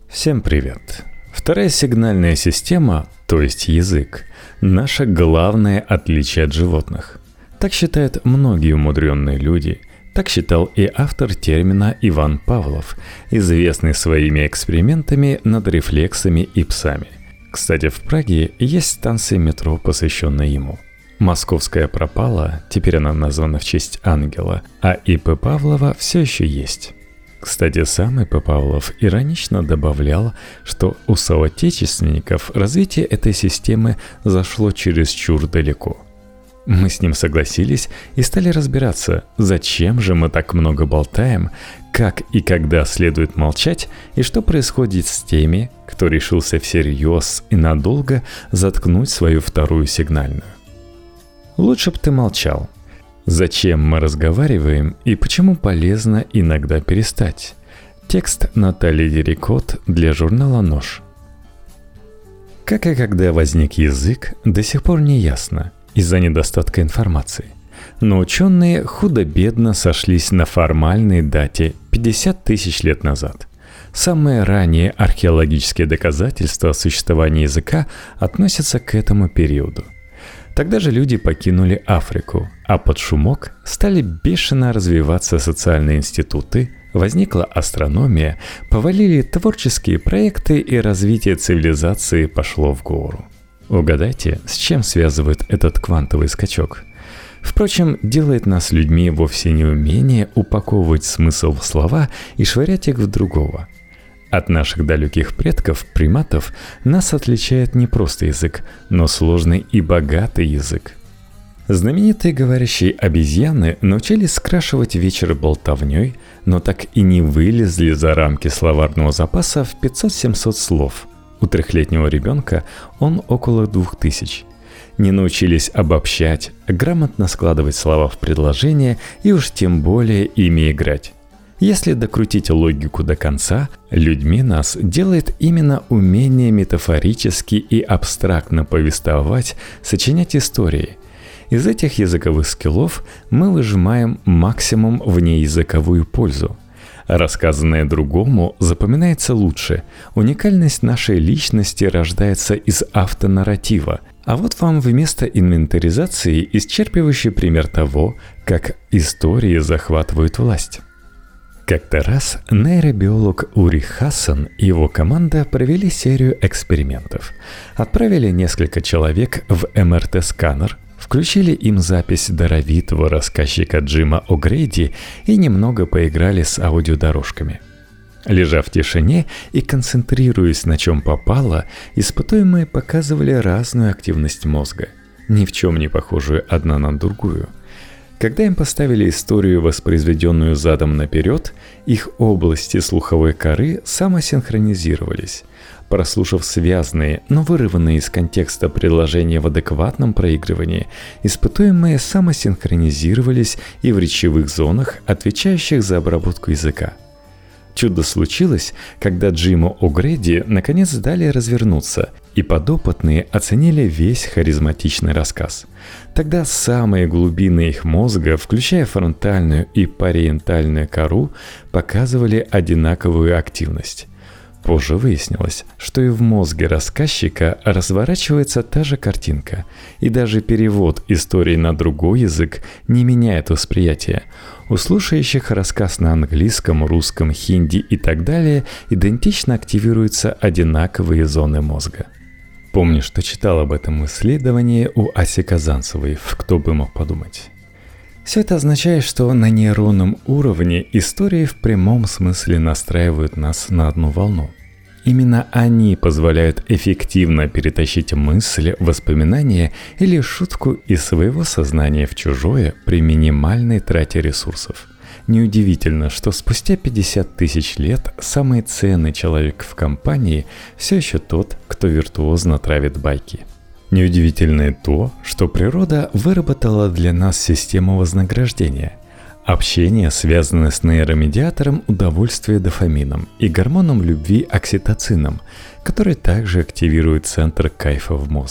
Всем привет! Вторая сигнальная система, то есть язык, наше главное отличие от животных. Так считают многие умудренные люди. Так считал и автор термина Иван Павлов, известный своими экспериментами над рефлексами и псами. Кстати, в Праге есть станция метро, посвященная ему. Московская пропала, теперь она названа в честь ангела, а И.П. Павлова все еще есть. Кстати, сам И.П. Павлов иронично добавлял, что у соотечественников развитие этой системы зашло чересчур далеко. Мы с ним согласились и стали разбираться, зачем же мы так много болтаем, как и когда следует молчать, и что происходит с теми, кто решился всерьез и надолго заткнуть свою вторую сигнальную. Лучше бы ты молчал. Зачем мы разговариваем и почему полезно иногда перестать? Текст Натальи Дерикот для журнала «Нож». Как и когда возник язык, до сих пор не ясно из-за недостатка информации. Но ученые худо-бедно сошлись на формальной дате 50 тысяч лет назад. Самые ранние археологические доказательства существования языка относятся к этому периоду. Тогда же люди покинули Африку, а под шумок стали бешено развиваться социальные институты, возникла астрономия, повалили творческие проекты и развитие цивилизации пошло в гору. Угадайте, с чем связывает этот квантовый скачок? Впрочем, делает нас людьми вовсе не умение упаковывать смысл в слова и швырять их в другого. От наших далеких предков, приматов, нас отличает не просто язык, но сложный и богатый язык. Знаменитые говорящие обезьяны научились скрашивать вечер болтовней, но так и не вылезли за рамки словарного запаса в 500-700 слов. У трехлетнего ребенка он около 2000. Не научились обобщать, грамотно складывать слова в предложения и уж тем более ими играть. Если докрутить логику до конца, людьми нас делает именно умение метафорически и абстрактно повествовать, сочинять истории. Из этих языковых скиллов мы выжимаем максимум внеязыковую пользу. Рассказанное другому запоминается лучше. Уникальность нашей личности рождается из автонарратива. А вот вам вместо инвентаризации исчерпывающий пример того, как истории захватывают власть. Как-то раз нейробиолог Ури Хассан и его команда провели серию экспериментов. Отправили несколько человек в МРТ-сканер, включили им запись даровитого рассказчика Джима О'Грейди и немного поиграли с аудиодорожками. Лежа в тишине и концентрируясь на чем попало, испытуемые показывали разную активность мозга, ни в чем не похожую одна на другую. Когда им поставили историю, воспроизведенную задом наперед, их области слуховой коры самосинхронизировались. Прослушав связанные, но вырванные из контекста предложения в адекватном проигрывании, испытуемые самосинхронизировались и в речевых зонах, отвечающих за обработку языка. Чудо случилось, когда Джиму О'Грейди наконец дали развернуться, и подопытные оценили весь харизматичный рассказ. Тогда самые глубины их мозга, включая фронтальную и париентальную кору, показывали одинаковую активность. Позже выяснилось, что и в мозге рассказчика разворачивается та же картинка, и даже перевод истории на другой язык не меняет восприятие. У слушающих рассказ на английском, русском, хинди и так далее идентично активируются одинаковые зоны мозга. Помню, что читал об этом исследовании у Аси Казанцевой, кто бы мог подумать. Все это означает, что на нейронном уровне истории в прямом смысле настраивают нас на одну волну. Именно они позволяют эффективно перетащить мысль, воспоминание или шутку из своего сознания в чужое при минимальной трате ресурсов. Неудивительно, что спустя 50 тысяч лет самый ценный человек в компании все еще тот, кто виртуозно травит байки. Неудивительно и то, что природа выработала для нас систему вознаграждения. Общение связано с нейромедиатором удовольствия дофамином и гормоном любви окситоцином, который также активирует центр кайфа в мозге.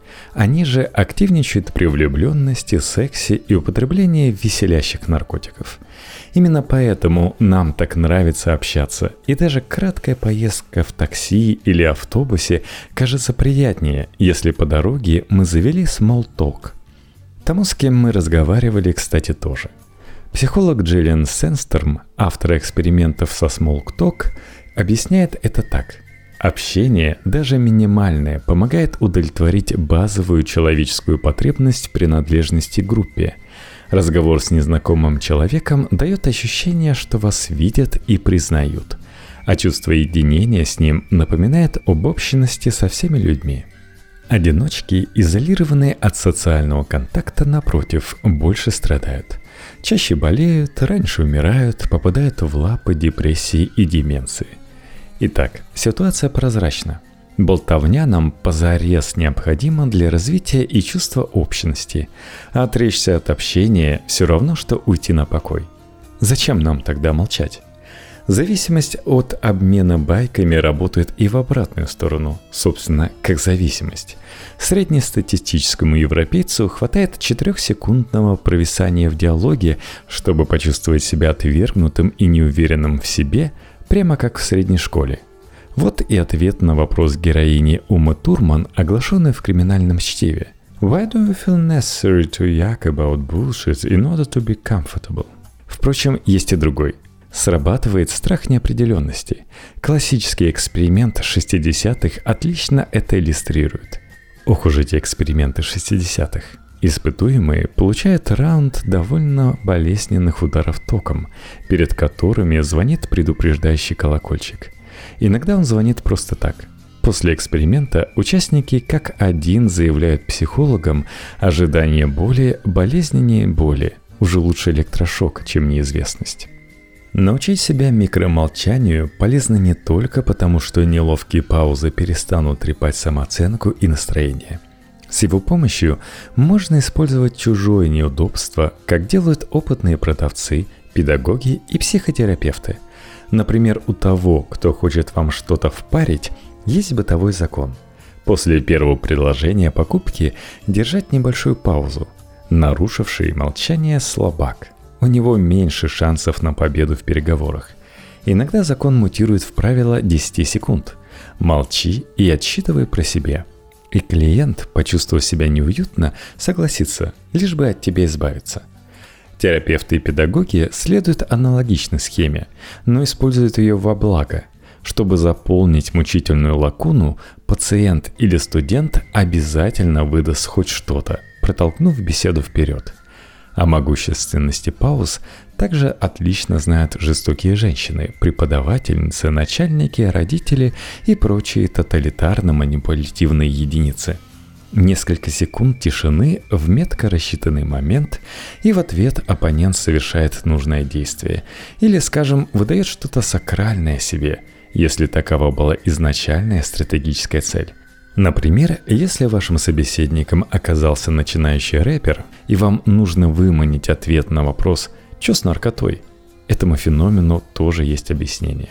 Они же активничают при влюбленности, сексе и употреблении веселящих наркотиков. Именно поэтому нам так нравится общаться, и даже краткая поездка в такси или автобусе кажется приятнее, если по дороге мы завели small talk. Тому, с кем мы разговаривали, кстати, тоже. Психолог Джиллиан Сенстерм, автор экспериментов со small talk, объясняет это так. Общение, даже минимальное, помогает удовлетворить базовую человеческую потребность принадлежности к группе. Разговор с незнакомым человеком дает ощущение, что вас видят и признают, а чувство единения с ним напоминает об общности со всеми людьми. Одиночки, изолированные от социального контакта, напротив, больше страдают. Чаще болеют, раньше умирают, попадают в лапы депрессии и деменции. Итак, ситуация прозрачна. Болтовня нам позарез необходима для развития и чувства общности, а отречься от общения все равно, что уйти на покой. Зачем нам тогда молчать? Зависимость от обмена байками работает и в обратную сторону, собственно, как зависимость. Среднестатистическому европейцу хватает 4-секундного провисания в диалоге, чтобы почувствовать себя отвергнутым и неуверенным в себе, прямо как в средней школе. Вот и ответ на вопрос героини Умы Турман, оглашенный в криминальном чтиве. Why do you feel necessary to yak about bullshit in order to be comfortable? Впрочем, есть и другой. Срабатывает страх неопределенности. Классический эксперимент 60-х отлично это иллюстрирует. Ох уж эти эксперименты 60-х. Испытуемые получают раунд довольно болезненных ударов током, перед которыми звонит предупреждающий колокольчик. Иногда он звонит просто так. После эксперимента участники как один заявляют психологам ожидание боли болезненнее боли. Уже лучше электрошок, чем неизвестность. Научить себя микромолчанию полезно не только потому, что неловкие паузы перестанут трепать самооценку и настроение. С его помощью можно использовать чужое неудобство, как делают опытные продавцы, педагоги и психотерапевты. Например, у того, кто хочет вам что-то впарить, есть бытовой закон. После первого предложения покупки держать небольшую паузу. Нарушивший молчание слабак. У него меньше шансов на победу в переговорах. Иногда закон мутирует в правило 10 секунд. Молчи и отсчитывай про себя. И клиент, почувствовав себя неуютно, согласится, лишь бы от тебя избавиться. Терапевты и педагоги следуют аналогичной схеме, но используют ее во благо. Чтобы заполнить мучительную лакуну, пациент или студент обязательно выдаст хоть что-то, протолкнув беседу вперед. О могущественности пауз также отлично знают жестокие женщины, преподавательницы, начальники, родители и прочие тоталитарно-манипулятивные единицы. Несколько секунд тишины в метко рассчитанный момент, и в ответ оппонент совершает нужное действие. Или, скажем, выдает что-то сакральное о себе, если такова была изначальная стратегическая цель. Например, если вашим собеседником оказался начинающий рэпер, и вам нужно выманить ответ на вопрос «Чё с наркотой?», этому феномену тоже есть объяснение.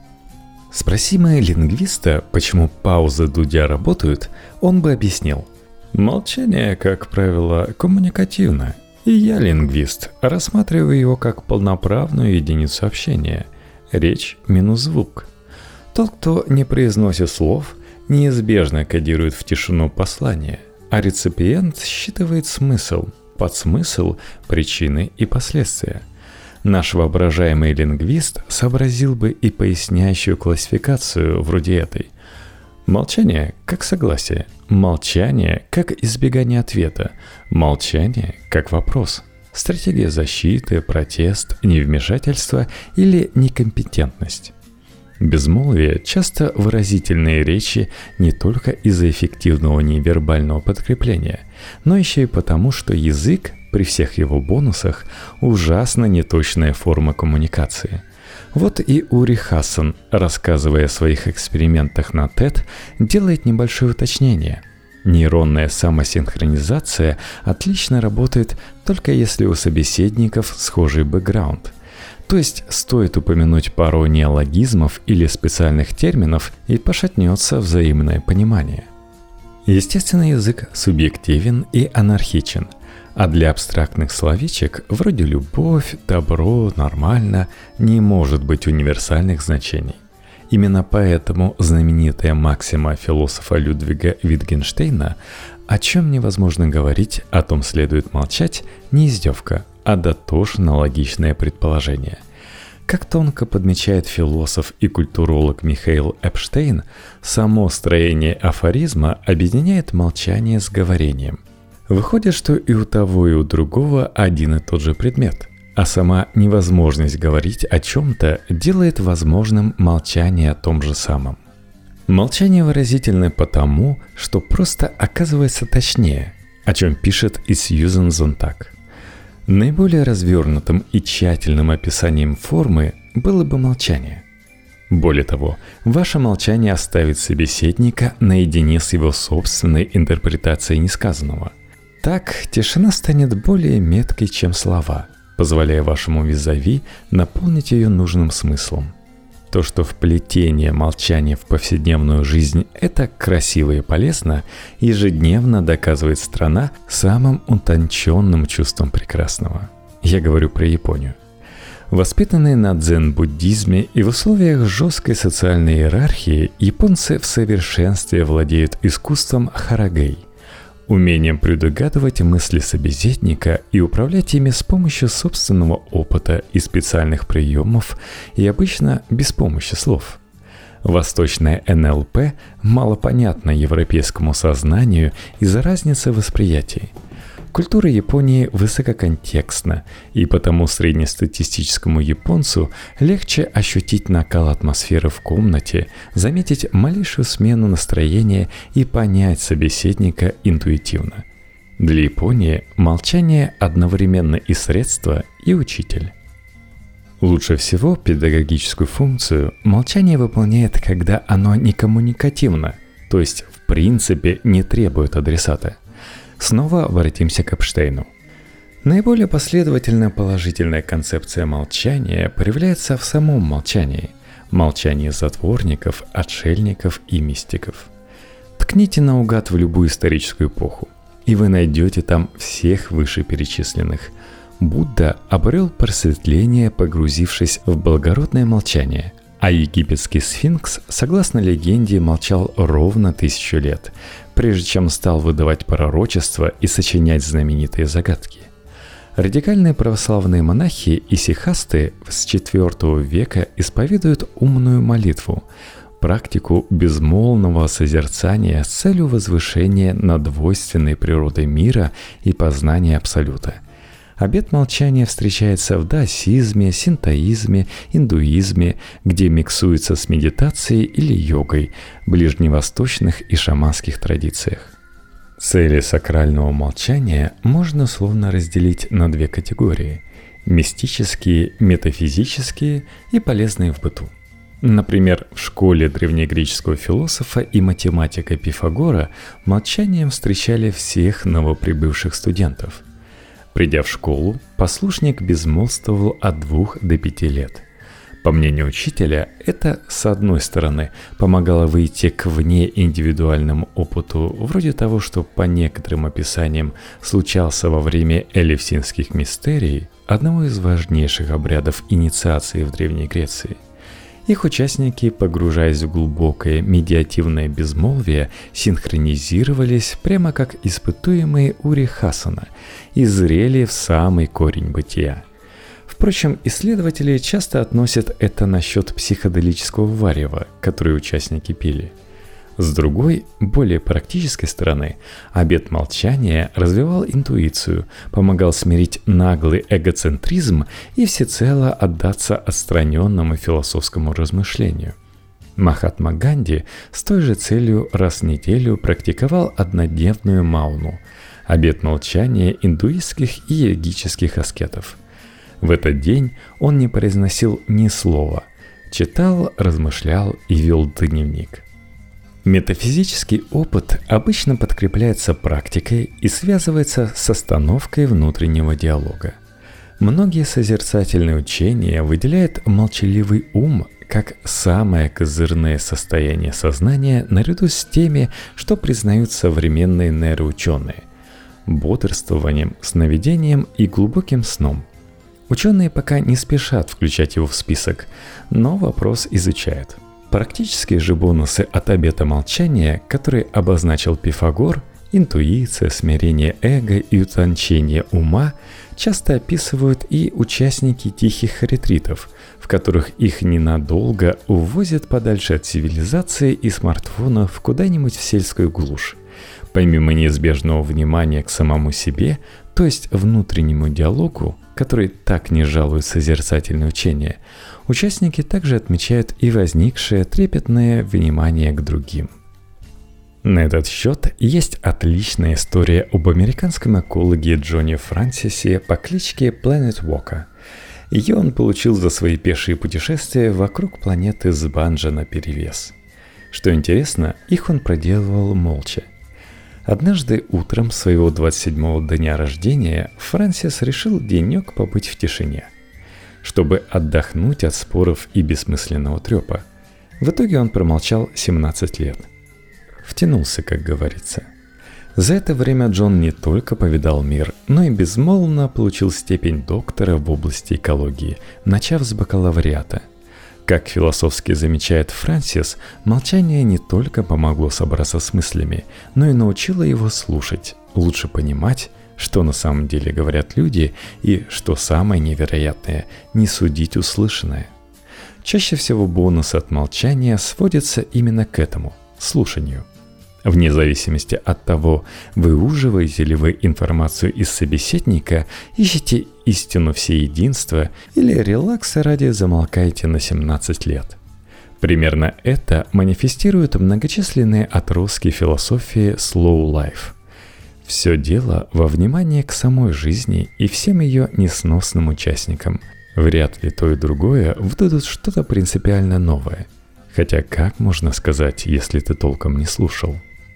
Спроси мы лингвиста, почему паузы Дудя работают, он бы объяснил. Молчание, как правило, коммуникативно, и я, лингвист, рассматриваю его как полноправную единицу общения. Речь минус звук. Тот, кто не произносит слов, неизбежно кодирует в тишину послание, а реципиент считывает смысл, подсмысл, причины и последствия. Наш воображаемый лингвист сообразил бы и поясняющую классификацию вроде этой. Молчание как согласие, молчание как избегание ответа, молчание как вопрос, стратегия защиты, протест, невмешательство или некомпетентность. Безмолвие – часто выразительные речи не только из-за эффективного невербального подкрепления, но еще и потому, что язык, при всех его бонусах, ужасно неточная форма коммуникации. Вот и Ури Хассан, рассказывая о своих экспериментах на TED, делает небольшое уточнение. Нейронная самосинхронизация отлично работает только если у собеседников схожий бэкграунд. То есть стоит упомянуть пару неологизмов или специальных терминов, и пошатнется взаимное понимание. Естественный язык субъективен и анархичен, а для абстрактных словечек вроде «любовь», «добро», «нормально» не может быть универсальных значений. Именно поэтому знаменитая максима философа Людвига Витгенштейна «О чем невозможно говорить, о том следует молчать» не издевка, а дотошно логичное предположение. Как тонко подмечает философ и культуролог Михаил Эпштейн, само строение афоризма объединяет молчание с говорением. Выходит, что и у того, и у другого один и тот же предмет, а сама невозможность говорить о чем-то делает возможным молчание о том же самом. Молчание выразительно потому, что просто оказывается точнее, о чем пишет и Сьюзен Зонтаг. Наиболее развернутым и тщательным описанием формы было бы молчание. Более того, ваше молчание оставит собеседника наедине с его собственной интерпретацией несказанного. Так тишина станет более меткой, чем слова, позволяя вашему визави наполнить ее нужным смыслом. То, что вплетение молчания в повседневную жизнь – это красиво и полезно, ежедневно доказывает страна самым утонченным чувством прекрасного. Я говорю про Японию. Воспитанные на дзен-буддизме и в условиях жесткой социальной иерархии, японцы в совершенстве владеют искусством харагэй – умением предугадывать мысли собеседника и управлять ими с помощью собственного опыта и специальных приемов, и обычно без помощи слов. Восточное НЛП мало понятно европейскому сознанию из-за разницы восприятий. Культура Японии высококонтекстна, и потому среднестатистическому японцу легче ощутить накал атмосферы в комнате, заметить малейшую смену настроения и понять собеседника интуитивно. Для Японии молчание одновременно и средство, и учитель. Лучше всего педагогическую функцию молчание выполняет, когда оно не коммуникативно, то есть в принципе не требует адресата. Снова обратимся к Эпштейну. Наиболее последовательная положительная концепция молчания проявляется в самом молчании – молчании затворников, отшельников и мистиков. Ткните наугад в любую историческую эпоху, и вы найдете там всех вышеперечисленных. Будда обрел просветление, погрузившись в благородное молчание, а египетский сфинкс, согласно легенде, молчал ровно 1000 лет, прежде чем стал выдавать пророчества и сочинять знаменитые загадки. Радикальные православные монахи и сихасты с IV века исповедуют умную молитву, практику безмолвного созерцания с целью возвышения над двойственной природой мира и познания Абсолюта. Обет молчания встречается в даосизме, синтоизме, индуизме, где миксуется с медитацией или йогой, ближневосточных и шаманских традициях. Цели сакрального молчания можно условно разделить на две категории – мистические, метафизические и полезные в быту. Например, в школе древнегреческого философа и математика Пифагора молчанием встречали всех новоприбывших студентов. Придя в школу, послушник безмолвствовал от 2 до 5 лет. По мнению учителя, это, с одной стороны, помогало выйти к внеиндивидуальному опыту, вроде того, что по некоторым описаниям случался во время элевсинских мистерий, одного из важнейших обрядов инициации в Древней Греции. Их участники, погружаясь в глубокое медиативное безмолвие, синхронизировались прямо как испытуемые Ури-Хасана и зрели в самый корень бытия. Впрочем, исследователи часто относят это насчет психоделического варева, которое участники пили. С другой, более практической стороны, обет молчания развивал интуицию, помогал смирить наглый эгоцентризм и всецело отдаться отстраненному философскому размышлению. Махатма Ганди с той же целью раз в неделю практиковал однодневную мауну – обет молчания индуистских и йогических аскетов. В этот день он не произносил ни слова, читал, размышлял и вел дневник. Метафизический опыт обычно подкрепляется практикой и связывается с остановкой внутреннего диалога. Многие созерцательные учения выделяют молчаливый ум как самое козырное состояние сознания наряду с теми, что признают современные нейроученые – бодрствованием, сновидением и глубоким сном. Ученые пока не спешат включать его в список, но вопрос изучают. Практические же бонусы от обета молчания, который обозначил Пифагор, интуиция, смирение эго и утончение ума, часто описывают и участники тихих ретритов, в которых их ненадолго увозят подальше от цивилизации и смартфонов куда-нибудь в сельскую глушь. Помимо неизбежного внимания к самому себе, то есть внутреннему диалогу, который так не жалует созерцательное учение, участники также отмечают и возникшее трепетное внимание к другим. На этот счет есть отличная история об американском экологе Джонни Франсисе по кличке Planet Walker. Ее он получил за свои пешие путешествия вокруг планеты с банджо наперевес. Что интересно, их он проделывал молча. Однажды утром своего 27-го дня рождения Франсис решил денек побыть в тишине, чтобы отдохнуть от споров и бессмысленного трепа. В итоге он промолчал 17 лет. Втянулся, как говорится. За это время Джон не только повидал мир, но и безмолвно получил степень доктора в области экологии, начав с бакалавриата. Как философски замечает Франсис, молчание не только помогло собраться с мыслями, но и научило его слушать, лучше понимать, что на самом деле говорят люди, и, что самое невероятное, не судить услышанное. Чаще всего бонусы от молчания сводятся именно к этому – слушанию. Вне зависимости от того, выуживаете ли вы информацию из собеседника, ищете истину всеединства или релакса ради замолкаете на 17 лет. Примерно это манифестируют многочисленные отростки философии Slow Life. Все дело во внимании к самой жизни и всем ее несносным участникам. Вряд ли то и другое выдадут что-то принципиально новое. Хотя как можно сказать, если ты толком не слушал?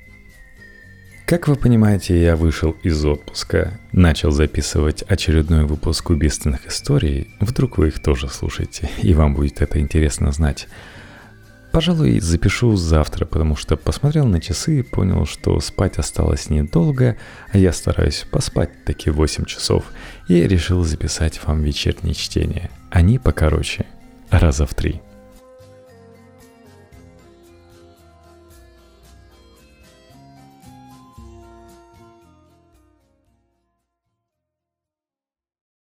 Как вы понимаете, я вышел из отпуска, начал записывать очередной выпуск убийственных историй, вдруг вы их тоже слушаете, и вам будет это интересно знать. Пожалуй, запишу завтра, потому что посмотрел на часы и понял, что спать осталось недолго, а я стараюсь поспать таки 8 часов, и решил записать вам вечерние чтения. Они покороче, раза в 3.